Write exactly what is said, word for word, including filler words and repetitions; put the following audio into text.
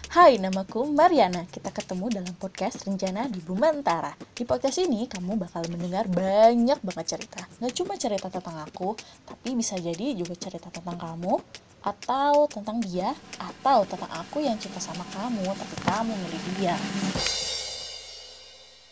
Hai, namaku Mariana. Kita ketemu dalam podcast Rencana di Bumantara. Di podcast ini, kamu bakal mendengar banyak banget cerita. Nggak cuma cerita tentang aku, tapi bisa jadi juga cerita tentang kamu, atau tentang dia, atau tentang aku yang cinta sama kamu, tapi kamu milih dia.